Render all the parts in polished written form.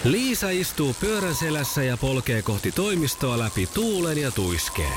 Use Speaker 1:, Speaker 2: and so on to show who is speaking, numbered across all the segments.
Speaker 1: Liisa istuu pyörän selässä ja polkee kohti toimistoa läpi tuulen ja tuiskeen.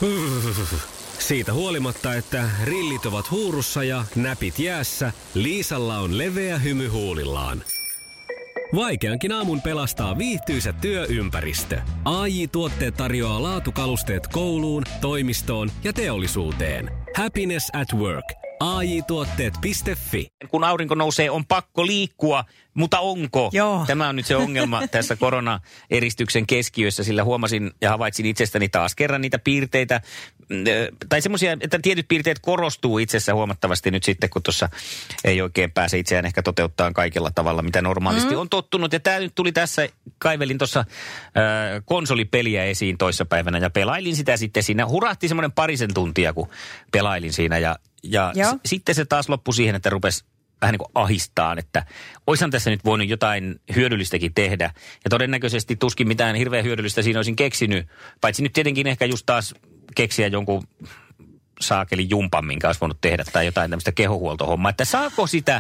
Speaker 1: Siitä huolimatta, että rillit ovat huurussa ja näpit jäässä, Liisalla on leveä hymy huulillaan. Vaikeankin aamun pelastaa viihtyisä työympäristö. AJ-tuotteet tarjoaa laatukalusteet kouluun, toimistoon ja teollisuuteen. Happiness at work. AJ-tuotteet.fi.
Speaker 2: Kun aurinko nousee, on pakko liikkua, mutta onko?
Speaker 3: Joo.
Speaker 2: Tämä on nyt se ongelma tässä koronaeristyksen keskiössä, sillä huomasin ja havaitsin itsestäni taas kerran niitä piirteitä, tai semmoisia, että tietyt piirteet korostuu itsessä huomattavasti nyt sitten, kun tuossa ei oikein pääse itseään ehkä toteuttaa kaikella tavalla, mitä normaalisti on tottunut. Ja tämä nyt tuli tässä, kaivelin tuossa konsolipeliä esiin toissapäivänä ja pelailin sitä sitten siinä. Hurahti semmoinen parisen tuntia, kun pelailin siinä ja sitten se taas loppui siihen, että rupesi vähän niin kuin ahistaan, että oishan tässä nyt voinut jotain hyödyllistäkin tehdä. Ja todennäköisesti tuskin mitään hirveän hyödyllistä siinä olisin keksinyt, paitsi nyt tietenkin ehkä just taas keksiä jonkun saakeli jumpan, minkä olisi voinut tehdä, tai jotain tämmöistä kehohuoltohommaa. Että saako sitä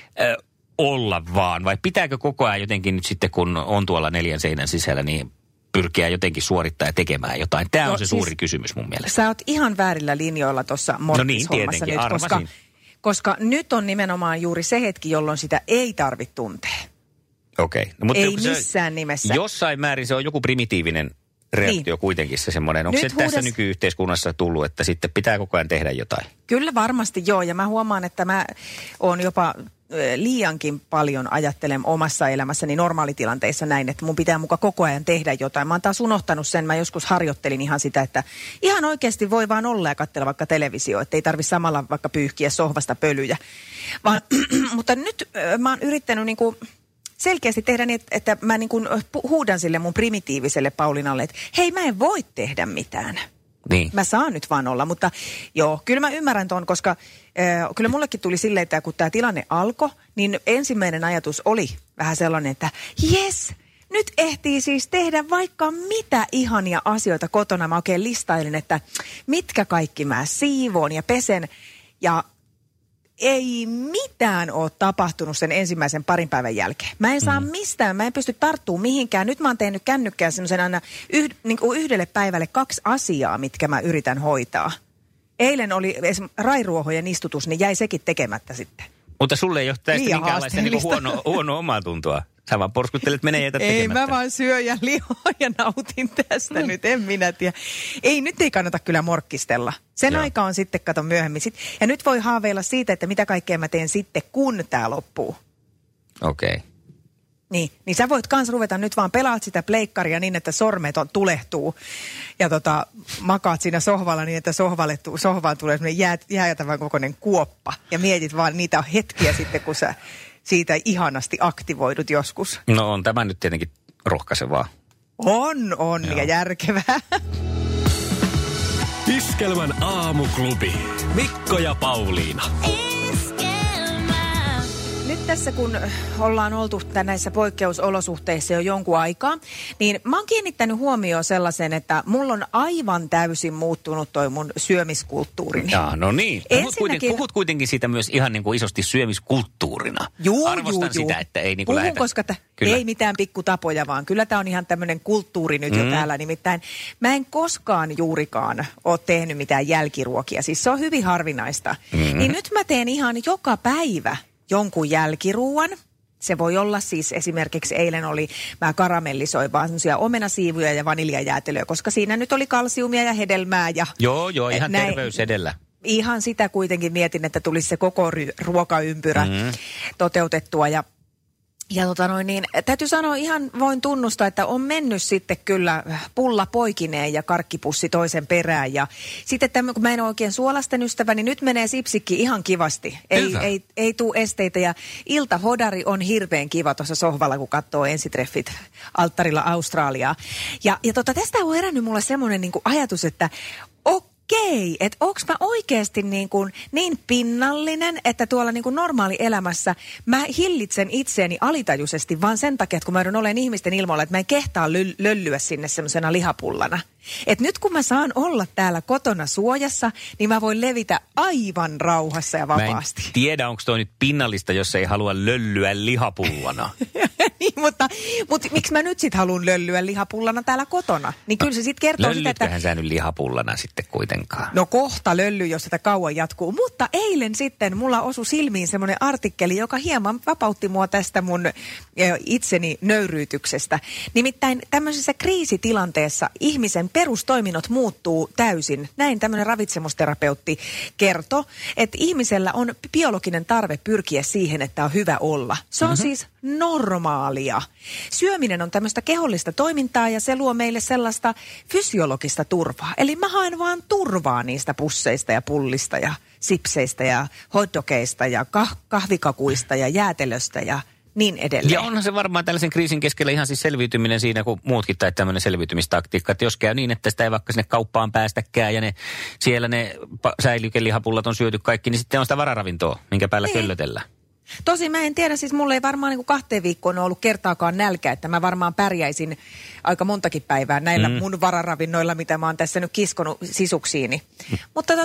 Speaker 2: olla vaan, vai pitääkö koko ajan jotenkin nyt sitten, kun on tuolla 4 seinän sisällä, niin pyrkiä jotenkin suorittaa ja tekemään jotain? Tämä on se suuri kysymys mun mielestä.
Speaker 3: Sä oot ihan väärillä linjoilla tuossa morkishommassa nyt, koska nyt on nimenomaan juuri se hetki, jolloin sitä ei tarvitse tuntea.
Speaker 2: Okei. No, mutta
Speaker 3: ei missään nimessä.
Speaker 2: Jossain määrin se on joku primitiivinen reaktio kuitenkin se semmoinen. Onko se tässä nykyyhteiskunnassa tullut, että sitten pitää koko ajan tehdä jotain?
Speaker 3: Kyllä varmasti joo, ja mä huomaan, että mä oon jopa liiankin paljon ajattelen omassa elämässäni normaalitilanteissa näin, että mun pitää muka koko ajan tehdä jotain. Mä oon taas unohtanut sen, mä joskus harjoittelin ihan sitä, että ihan oikeasti voi vaan olla ja katsella vaikka televisio, että ei tarvitse samalla vaikka pyyhkiä sohvasta pölyjä. Mutta nyt mä oon yrittänyt niinku selkeästi tehdä niin, että mä niin kuin huudan sille mun primitiiviselle Paulinalle, että hei, mä en voi tehdä mitään.
Speaker 2: Niin.
Speaker 3: Mä saan nyt vaan olla, mutta joo, kyllä mä ymmärrän ton, koska kyllä mullekin tuli silleen, että kun tämä tilanne alkoi, niin ensimmäinen ajatus oli vähän sellainen, että jes, nyt ehtii siis tehdä vaikka mitä ihania asioita kotona. Mä oikein listailin, että mitkä kaikki mä siivoon ja pesen ja ei mitään ole tapahtunut sen ensimmäisen parin päivän jälkeen. Mä en saa mistään, mä en pysty tarttumaan mihinkään. Nyt mä oon tehnyt kännykkään semmoisen aina yhdelle päivälle 2 asiaa, mitkä mä yritän hoitaa. Eilen oli rairuohojen istutus, niin jäi sekin tekemättä sitten.
Speaker 2: Mutta sulle ei ole tästä minkäänlaista niin huonoa omaa tuntua. Sä vaan porskuttelet, menee ja jätät tekemättä.
Speaker 3: Ei, mä vaan syön ja lioon ja nautin tästä nyt, en minä tiedä. Ei, nyt ei kannata kyllä morkkistella. Sen aika on sitten, kato myöhemmin. Ja nyt voi haaveilla siitä, että mitä kaikkea mä teen sitten, kun tää loppuu.
Speaker 2: Okei.
Speaker 3: Niin sä voit kans ruveta nyt vaan pelaat sitä pleikkaria niin, että sormet tulehtuu. Ja makaat siinä sohvalla niin, että sohvaan tulee semmoinen jäätävän kokoinen kuoppa. Ja mietit vaan niitä hetkiä sitten, kun sä siitä ihanasti aktivoidut joskus.
Speaker 2: No on tämä nyt tietenkin rohkaisevaa.
Speaker 3: On ja järkevää.
Speaker 1: Iskelmän aamuklubi. Mikko ja Pauliina.
Speaker 3: Nyt tässä kun ollaan oltu näissä poikkeusolosuhteissa jo jonkun aikaa, niin mä oon kiinnittänyt huomioon sellaisen, että mulla on aivan täysin muuttunut toi mun syömiskulttuurini.
Speaker 2: Jaa, no niin. Puhut kuitenkin siitä myös ihan niin kuin isosti syömiskulttuurina. Arvostan sitä, että ei niin kuin lähetä.
Speaker 3: Koska ei mitään pikkutapoja, vaan kyllä tää on ihan tämmöinen kulttuuri nyt jo täällä. Nimittäin mä en koskaan juurikaan ole tehnyt mitään jälkiruokia. Siis se on hyvin harvinaista. Niin nyt mä teen ihan joka päivä jonkun jälkiruuan. Se voi olla siis esimerkiksi eilen mä karamellisoin vaan semmoisia omenasiivuja ja vaniljajäätelöä, koska siinä nyt oli kalsiumia ja hedelmää. Ja
Speaker 2: joo, ihan terveys edellä.
Speaker 3: Ihan sitä kuitenkin mietin, että tulisi se koko ruokaympyrä toteutettua ja täytyy sanoa ihan voin tunnustaa, että on mennyt sitten kyllä pulla poikineen ja karkkipussi toisen perään. Ja sitten kun mä en ole oikein suolasten ystävä, niin nyt menee sipsikki ihan kivasti. Ei tule esteitä ja iltahodari on hirveän kiva tuossa sohvalla, kun katsoo ensitreffit alttarilla Australiaa. Ja tästä on herännyt mulle semmoinen niin kuin ajatus, että okei, että onko mä oikeasti niin pinnallinen, että tuolla normaali elämässä mä hillitsen itseäni alitajuisesti vaan sen takia, että kun mä joudun olemaan ihmisten ilmoilla, että mä en kehtaa löllyä sinne semmoisena lihapullana. Että nyt kun mä saan olla täällä kotona suojassa, niin mä voin levitä aivan rauhassa ja vapaasti.
Speaker 2: Mä en tiedä, onko toi nyt pinnallista, jos ei halua löllyä lihapullana.
Speaker 3: Niin, mutta miksi mä nyt sit haluan löllyä lihapullana täällä kotona? Niin kyllä se sitten kertoo sitä, että...
Speaker 2: Löllytköhän sä nyt lihapullana sitten kuitenkaan?
Speaker 3: No kohta lölly, jos sitä kauan jatkuu. Mutta eilen sitten mulla osui silmiin semmoinen artikkeli, joka hieman vapautti mua tästä mun itseni nöyryytyksestä. Nimittäin tämmöisessä kriisitilanteessa ihmisen perustoiminnot muuttuu täysin. Näin tämmöinen ravitsemusterapeutti kertoi, että ihmisellä on biologinen tarve pyrkiä siihen, että on hyvä olla. Se on siis normaalia. Syöminen on tämmöistä kehollista toimintaa ja se luo meille sellaista fysiologista turvaa. Eli mä haen vaan turvaa niistä pusseista ja pullista ja sipseistä ja hotdogeista ja kahvikakuista ja jäätelöstä ja niin edelleen.
Speaker 2: Ja onhan se varmaan tällaisen kriisin keskellä ihan siis selviytyminen siinä kuin muutkin tai tämmöinen selviytymistaktiikka. Että jos käy niin, että sitä ei vaikka sinne kauppaan päästäkään ja siellä ne säilykelihapullat on syöty kaikki, niin sitten on sitä vararavintoa, minkä päällä köllötellään.
Speaker 3: Tosin mä en tiedä, siis mulla ei varmaan niin kuin 2 viikkoon ollut kertaakaan nälkä, että mä varmaan pärjäisin aika montakin päivää näillä mun vararavinnoilla, mitä mä oon tässä nyt kiskonut sisuksiini. Mutta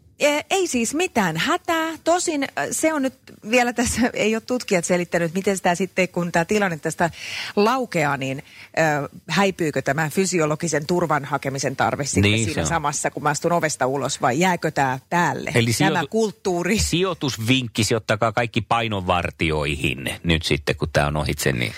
Speaker 3: ei siis mitään hätää. Tosin se on nyt vielä tässä, ei ole tutkijat selittänyt, miten sitä sitten, kun tämä tilanne tästä laukeaa, niin häipyykö tämä fysiologisen turvan hakemisen tarve sitten
Speaker 2: niin,
Speaker 3: siinä samassa, kun mä astun ovesta ulos, vai jääkö tämä päälle?
Speaker 2: Eli
Speaker 3: tämä kulttuuri.
Speaker 2: Sijoitusvinkki, ottakaa kaikki painonvartioihin nyt sitten, kun tämä on ohitse, niin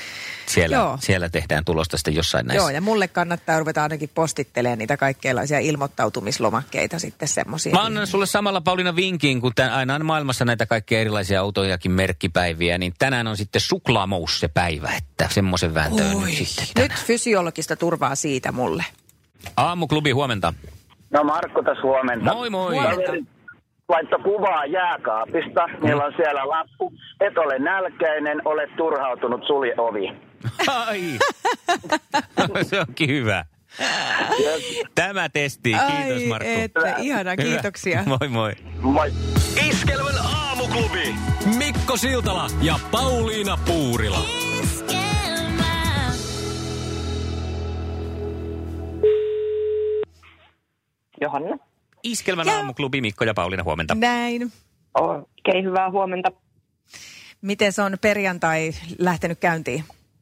Speaker 2: siellä tehdään tulosta sitten jossain näissä.
Speaker 3: Joo, ja mulle kannattaa ruveta ainakin postittelemaan niitä kaikenlaisia ilmoittautumislomakkeita sitten semmoisia.
Speaker 2: Mä annan sulle samalla, Pauliina, vinkin, kun aina on maailmassa näitä kaikkia erilaisia autojakin merkkipäiviä, niin tänään on sitten suklaamousse-päivä, että semmoisen vääntöön nyt sitten.
Speaker 3: Nyt fysiologista turvaa siitä mulle.
Speaker 2: Aamuklubi, huomenta.
Speaker 4: No Markku tässä huomenta.
Speaker 2: Moi moi.
Speaker 4: Laittoi kuvaa jääkaapista. Meillä on siellä lappu. Et ole nälkäinen, olet turhautunut, sulje ovi.
Speaker 2: Ai, se onkin hyvä. Tämä testi. Kiitos Markku.
Speaker 3: Ihana, kiitoksia.
Speaker 2: Moi moi.
Speaker 4: Moi.
Speaker 1: Iskelmän aamuklubi. Mikko Siltala ja Pauliina Puurila.
Speaker 5: Johanna.
Speaker 2: Iskelmän aamuklubi, Mikko ja Pauliina, huomenta.
Speaker 3: Näin.
Speaker 5: Okei, hyvää huomenta.
Speaker 3: Miten se on perjantai lähtenyt käyntiin?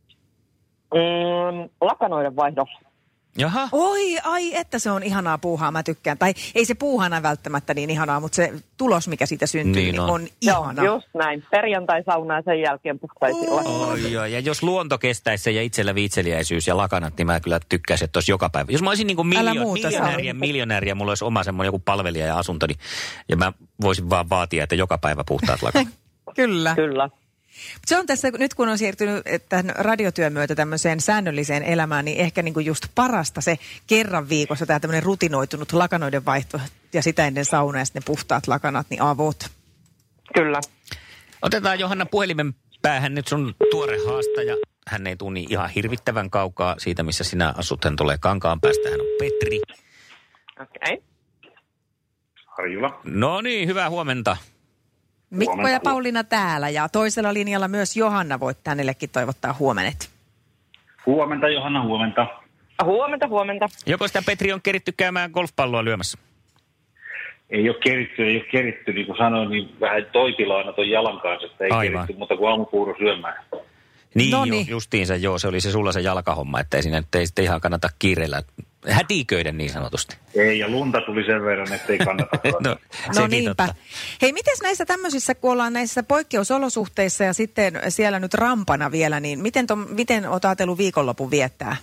Speaker 5: Lakanoiden vaihdo.
Speaker 2: Jaha.
Speaker 3: Oi, ai, että se on ihanaa puuhaa, mä tykkään. Tai ei se puuhana välttämättä niin ihanaa, mutta se tulos, mikä siitä syntyy, niin on ihanaa.
Speaker 5: Joo, just näin. Perjantai-sauna ja sen jälkeen puhtaisilla.
Speaker 2: Ja jos luonto kestäisi se ja itsellä viitseliäisyys ja lakanat, niin mä kyllä tykkäisin, että olisi joka päivä. Jos mä olisin niin kuin miljonääri ja mulla olisi oma semmoinen joku palvelija ja asunto, niin, ja mä voisin vaan vaatia, että joka päivä puhtaat lakanat.
Speaker 3: Kyllä. Se on tässä, nyt kun on siirtynyt tämän radiotyön myötä tämmöiseen säännölliseen elämään, niin ehkä niin kuin just parasta se kerran viikossa tämä tämmöinen rutinoitunut lakanoiden vaihto ja sitä ennen sauna ja sitten ne puhtaat lakanat, niin avot.
Speaker 5: Kyllä.
Speaker 2: Otetaan Johanna puhelimen päähän nyt sun tuore haastaja. Hän ei tule niin ihan hirvittävän kaukaa siitä, missä sinä asut. Hän tulee Kankaan päästä. Hän on Petri.
Speaker 5: Okei.
Speaker 4: Harjula.
Speaker 2: No niin, hyvää huomenta.
Speaker 3: Mikko ja Pauliina täällä ja toisella linjalla myös Johanna, voit hänellekin toivottaa huomenet.
Speaker 4: Huomenta Johanna, huomenta.
Speaker 5: Huomenta.
Speaker 2: Joko sitä Petri on keritty käymään golfpalloa lyömässä?
Speaker 4: Ei ole keritty, niin kuin sanoin, niin vähän toipilaina ton jalan kanssa, että ei keritty, mutta kun aamupuuro syömään.
Speaker 2: Niin, justiinsa se oli se sulla se jalkahomma, että ei siinä ei sitten ihan kannata kiireellä hätiköidä niin sanotusti.
Speaker 4: Ei, ja lunta tuli sen verran, ettei kannata.
Speaker 3: No niinpä. Totta. Hei, mites näissä tämmöisissä, kun ollaan näissä poikkeusolosuhteissa ja sitten siellä nyt rampana vielä, niin miten oot ajatellut viikonlopun viettää?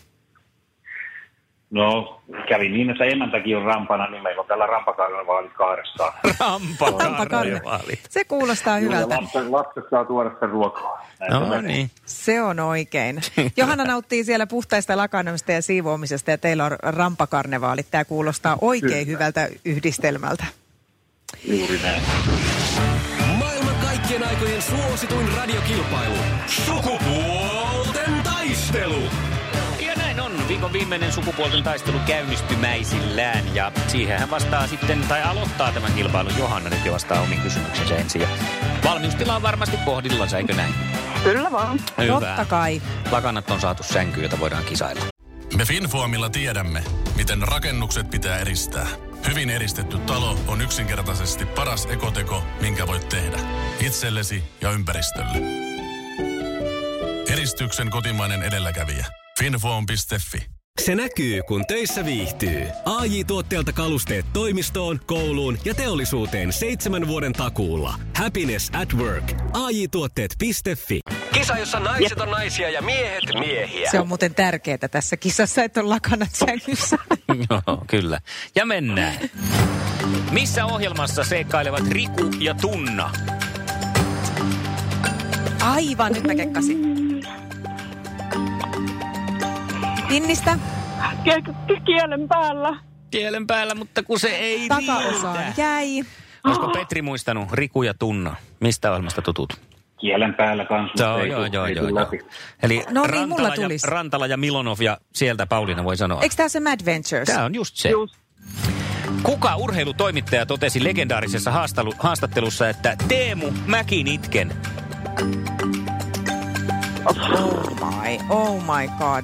Speaker 4: No, kävi niin, että emäntäkin on rampana, niin meillä on täällä rampakarnevaalit 200.
Speaker 2: Rampakarnevaalit.
Speaker 3: Se kuulostaa hyvältä.
Speaker 4: Lapset saa tuoda sitä ruokaa.
Speaker 2: No niin.
Speaker 3: Se on oikein. Johanna nauttii siellä puhtaista lakanoista ja siivoamisesta ja teillä on rampakarnevaalit. Tämä kuulostaa oikein hyvältä yhdistelmältä.
Speaker 4: Juuri näin.
Speaker 1: Maailman kaikkien aikojen suosituin radiokilpailu. Sukupuolten taistelu.
Speaker 2: Ja näin on. Viikon viimeinen sukupuolten taistelu käynnistymäisillään. Ja siihen hän vastaa sitten, tai aloittaa tämän kilpailun. Johanna nyt jo vastaa omiin kysymyksensä ensin. Ja valmiustila on varmasti kohdillansa, eikö näin?
Speaker 5: Kyllä vaan.
Speaker 2: Hyvä.
Speaker 3: Totta kai.
Speaker 2: Lakanat on saatu sänkyyn, jota voidaan kisailla.
Speaker 6: Me Finfoamilla tiedämme, miten rakennukset pitää eristää. Hyvin eristetty talo on yksinkertaisesti paras ekoteko, minkä voit tehdä. Itsellesi ja ympäristölle. Eristyksen kotimainen edelläkävijä. Finfoam.fi.
Speaker 1: Se näkyy, kun töissä viihtyy. AJ-tuotteelta kalusteet toimistoon, kouluun ja teollisuuteen 7 vuoden takuulla. Happiness at work. AJ-tuotteet.fi.
Speaker 7: Kisa, jossa naiset on naisia ja miehet miehiä.
Speaker 3: Se on muuten tärkeää tässä kisassa, että on lakanat sängyssä.
Speaker 2: Joo, kyllä. Ja mennään. Missä ohjelmassa seikkailevat Riku ja Tunna?
Speaker 3: Aivan, nyt mä kekkasin. Pinnistä.
Speaker 5: Kielen päällä.
Speaker 2: Kielen päällä, mutta kun se ei
Speaker 3: Takaosaan
Speaker 2: riitä.
Speaker 3: jäi.
Speaker 2: Olisiko Petri muistanut Riku ja Tunna? Mistä ohjelmasta tutut?
Speaker 8: Kielen päällä kanssa.
Speaker 2: Joo. Eli
Speaker 3: No niin, mulla tulisi.
Speaker 2: Rantala ja Milonov ja sieltä Pauliina voi sanoa.
Speaker 3: Eikö tää se Mad Ventures?
Speaker 2: Tämä on just se.
Speaker 5: Just.
Speaker 2: Kuka urheilutoimittaja totesi legendaarisessa haastattelussa, että Teemu mäkin itken?
Speaker 3: Oh my god.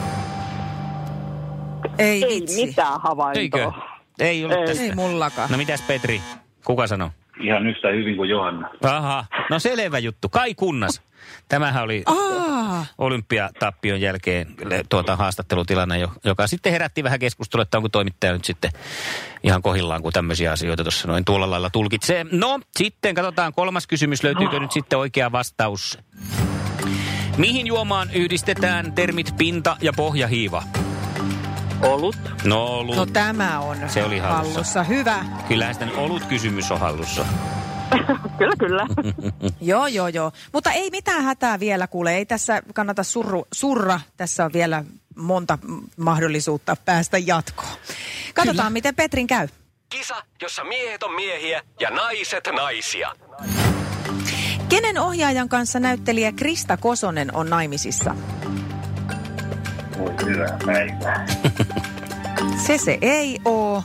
Speaker 3: Ei vitsi.
Speaker 5: Mitään havaintoa.
Speaker 2: Eikö? Ei ollut tästä.
Speaker 3: Ei mullakaan.
Speaker 2: No mitäs Petri? Kuka sanoi?
Speaker 8: Ihan yhtä hyvin kuin Johanna.
Speaker 2: Aha, no selvä juttu. Kai Kunnas. Tämähän oli olympiatappion jälkeen haastattelutilanne, joka sitten herätti vähän keskustelua, että onko toimittaja nyt sitten ihan kohillaan, kun tämmöisiä asioita tuossa noin tuolla lailla tulkitsee. No, sitten katsotaan 3. kysymys. Löytyykö nyt sitten oikea vastaus? Mihin juomaan yhdistetään termit pinta- ja pohjahiiva?
Speaker 5: Olut.
Speaker 2: No olut.
Speaker 3: No tämä on
Speaker 2: Se oli hallussa.
Speaker 3: Hyvä.
Speaker 2: Kyllähän sitten olut-kysymys on hallussa.
Speaker 5: Kyllä.
Speaker 3: Joo. Mutta ei mitään hätää vielä, kuule. Ei tässä kannata surra. Tässä on vielä monta mahdollisuutta päästä jatkoon. Katsotaan, miten Petrin käy.
Speaker 7: Kisa, jossa miehet on miehiä ja naiset naisia.
Speaker 3: Kenen ohjaajan kanssa näyttelijä Krista Kosonen on naimisissa?
Speaker 8: Voi hyvää päivää.
Speaker 3: Se ei oo.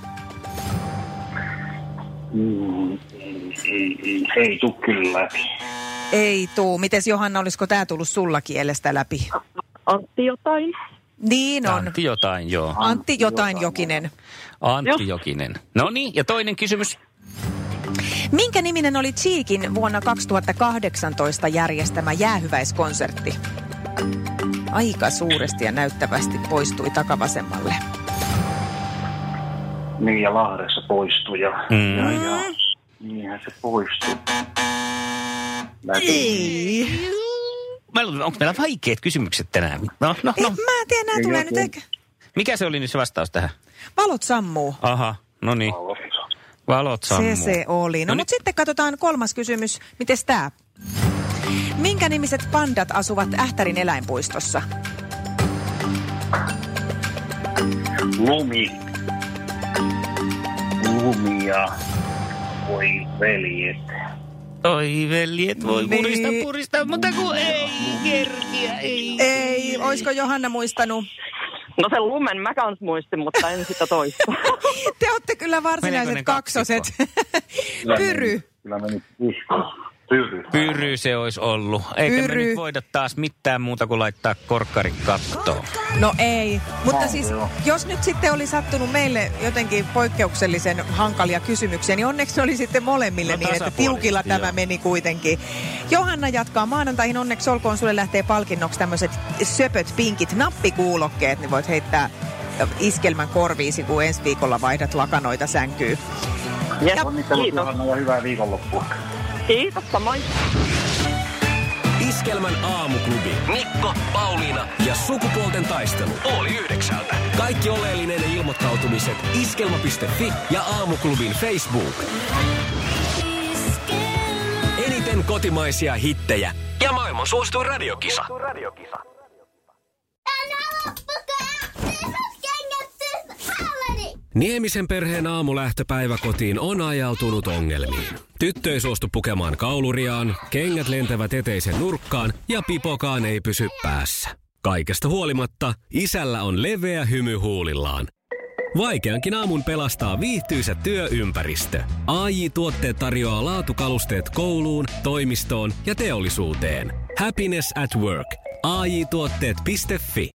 Speaker 8: Ei tuu kyllä läpi.
Speaker 3: Ei tuu. Mites Johanna, olisiko tää tullut sulla kielestä läpi?
Speaker 5: Antti jotain.
Speaker 3: Niin on.
Speaker 2: Antti jotain, joo.
Speaker 3: Antti jotain Jokinen.
Speaker 2: Antti Jokinen. No niin, ja toinen kysymys.
Speaker 3: Minkä niminen oli Cheekin vuonna 2018 järjestämä jäähyväiskonsertti? Aika suuresti ja näyttävästi poistui takavasemmalle.
Speaker 8: Niin, ja Lahdessa poistui ja niinhän se poistui.
Speaker 3: Ei.
Speaker 2: Onko meillä vaikeat kysymykset tänään? No.
Speaker 3: Mä en tiedä, nää tulee nyt ehkä.
Speaker 2: Mikä se oli nyt se vastaus tähän?
Speaker 3: Valot sammuu.
Speaker 2: Aha, no niin. Valot sammuu.
Speaker 3: Se oli. No, mutta sitten katsotaan 3. kysymys. Mites tää? Minkä nimiset pandat asuvat Ähtärin eläinpuistossa?
Speaker 8: Lumi ja voi veljet.
Speaker 2: Oi veljet, voi puristaa, mutta kun ei kerkiä, ei.
Speaker 3: Ei, oisko Johanna muistanut?
Speaker 5: No sen lumen mä kans muistin, mutta en sitä toista.
Speaker 3: Te olette kyllä varsinaiset kaksoset. Pyry.
Speaker 8: Kyllä meni
Speaker 2: Pyry se olisi ollut. Eikä me nyt voida taas mitään muuta kuin laittaa korkkari kattoon.
Speaker 3: No ei, mutta siis jos nyt sitten oli sattunut meille jotenkin poikkeuksellisen hankalia kysymyksiä, niin onneksi oli sitten molemmille niin, että tiukilla tämä meni kuitenkin. Johanna jatkaa maanantaihin, onneksi olkoon, sulle lähtee palkinnoksi tämmöiset söpöt pinkit nappikuulokkeet, niin voit heittää iskelmän korviisi, kun ensi viikolla vaihdat lakanoita sänkyyn.
Speaker 5: Yes,
Speaker 8: onnittelut Johanna ja hyvää viikonloppua.
Speaker 5: Kiitos, samoin.
Speaker 7: Iskelmän aamuklubi. Mikko, Pauliina ja sukupuolten taistelu. 8:30. Kaikki oleellinen ilmoittautumiset iskelma.fi ja aamuklubin Facebook. Eniten kotimaisia hittejä ja maailman suosituin radiokisa. Niemisen perheen aamulähtöpäivä kotiin on ajautunut ongelmiin. Tyttö ei suostu pukemaan kauluriaan, kengät lentävät eteisen nurkkaan ja pipokaan ei pysy päässä. Kaikesta huolimatta isällä on leveä hymy huulillaan. Vaikeankin aamun pelastaa viihtyisä työympäristö. AJ-tuotteet tarjoaa laatukalusteet kouluun, toimistoon ja teollisuuteen. Happiness at work. AJ-tuotteet.fi